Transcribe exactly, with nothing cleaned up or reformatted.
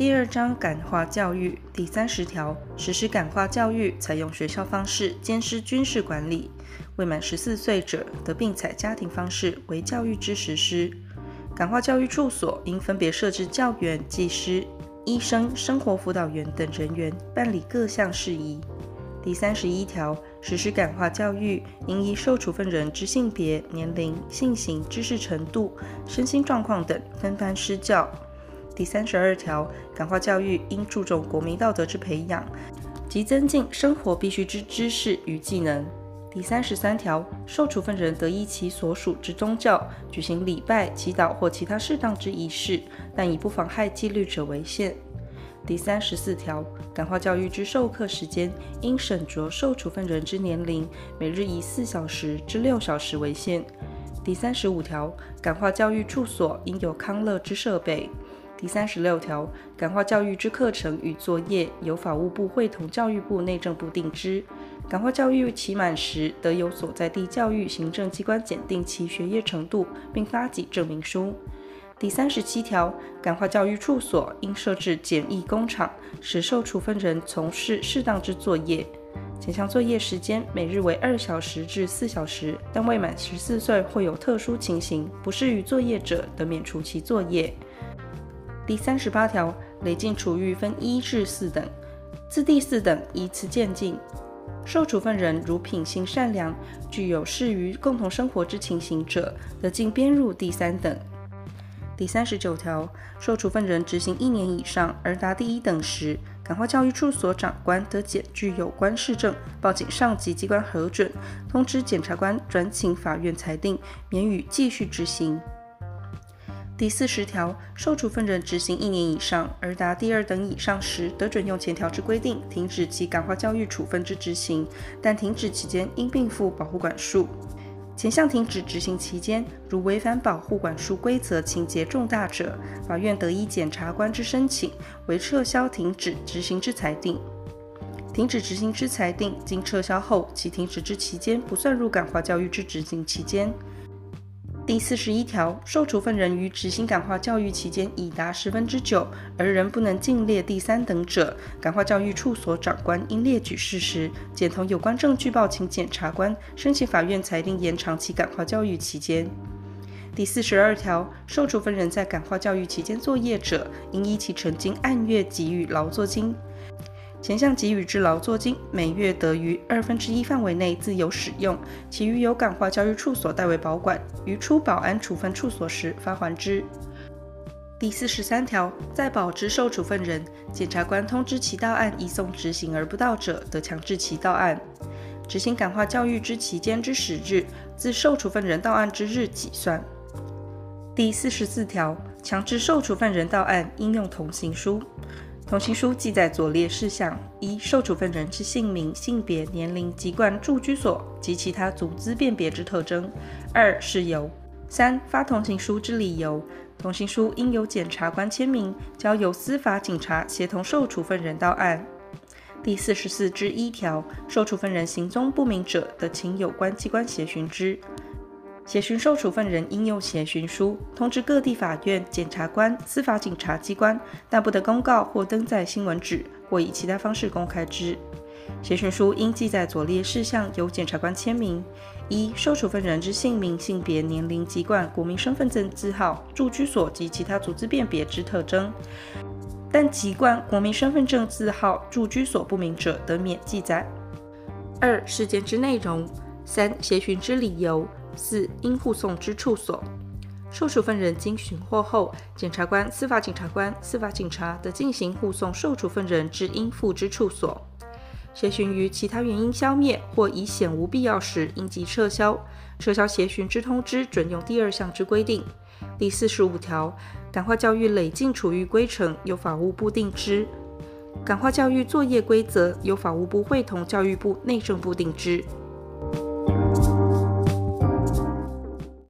第二章感化教育第三十条，实施感化教育，采用学校方式兼施军事管理。未满十四岁者，得并采家庭方式为教育之实施。感化教育处所应分别设置教员、技师、医生、生活辅导员等人员，办理各项事宜。第三十一条，实施感化教育，应依受处分人之性别、年龄、性行、知识程度、身心状况等分班施教。第三十二条，感化教育应注重国民道德之培养，及增进生活必须之知识与技能。第三十三条，受处分人得依其所属之宗教举行礼拜、祈祷或其他适当之仪式，但以不妨害纪律者为限。第三十四条，感化教育之授课时间，应审酌受处分人之年龄，每日以四小时至六小时为限。第三十五条，感化教育处所应有康乐之设备。第三十六条，感化教育之课程与作业，由法务部会同教育部、内政部定之。感化教育期满时，得由所在地教育行政机关检定其学业程度，并发给证明书。第三十七条，感化教育处所应设置简易工厂，使受处分人从事适当之作业。前项作业时间每日为二小时至四小时，但未满十四岁或有特殊情形不适于作业者，得免除其作业。第三十八条，累进处遇分一至四等，自第四等依次渐进。受处分人如品行善良，具有适于共同生活之情形者，得进编入第三等。第三十九条，受处分人执行一年以上而达第一等时，感化教育处所长官得检具有关事证，报请上级机关核准，通知检察官转请法院裁定，免予继续执行。第四十条，受处分人执行一年以上而达第二等以上时，得准用前条之规定停止其感化教育处分之执行，但停止期间应并负保护管束。前项停止执行期间，如违反保护管束规则情节重大者，法院得依检察官之申请，为撤销停止执行之裁定。停止执行之裁定经撤销后，其停止之期间不算入感化教育之执行期间。第四十一条，受处分人于执行感化教育期间已达十分之九，而仍不能进列第三等者，感化教育处所长官应列举事实，检同有关证据报请检察官，申请法院裁定延长其感化教育期间。第四十二条，受处分人在感化教育期间作业者，应依其曾经按月给予劳作金。前项给予之劳作金，每月得于二分之一范围内自由使用，其余由感化教育处所代为保管，于出保安处分处所时发还之。第四十三条，在保之受处分人，检察官通知其到案移送执行而不到者，得强制其到案。执行感化教育之期间之始日，自受处分人到案之日起算。第四十四条，强制受处分人到案，应用同行书。同行书记载左列事项：一、受处分人之姓名、性别、年龄、籍贯、住居所及其他足资辨别之特征；二、事由；三、发同行书之理由。同行书应由检察官签名，交由司法警察协同受处分人到案。第四十四之一条，受处分人行踪不明者，得请有关机关协寻之。协寻受处分人应用协寻书通知各地法院、检察官、司法警察机关，但不得公告或登载新闻纸，或以其他方式公开之。协寻书应记载左列事项，由检察官签名：一、受处分人之姓名、性别、年龄、籍贯、国民身份证字号、住居所及其他足资辨别之特征，但籍贯、国民身份证字号、住居所不明者，得免记载。二、事件之内容。三、协寻之理由。四、应护送之处所。受处分人经寻获后，检察官、司法警察官、司法警察得进行护送受处分人至应赴之处所。协寻于其他原因消灭或已显无必要时，应即撤销。撤销协寻之通知，准用第二项之规定。第四十五条，感化教育累进处遇规程，由法务部定之。感化教育作业规则，由法务部会同教育部、内政部定之。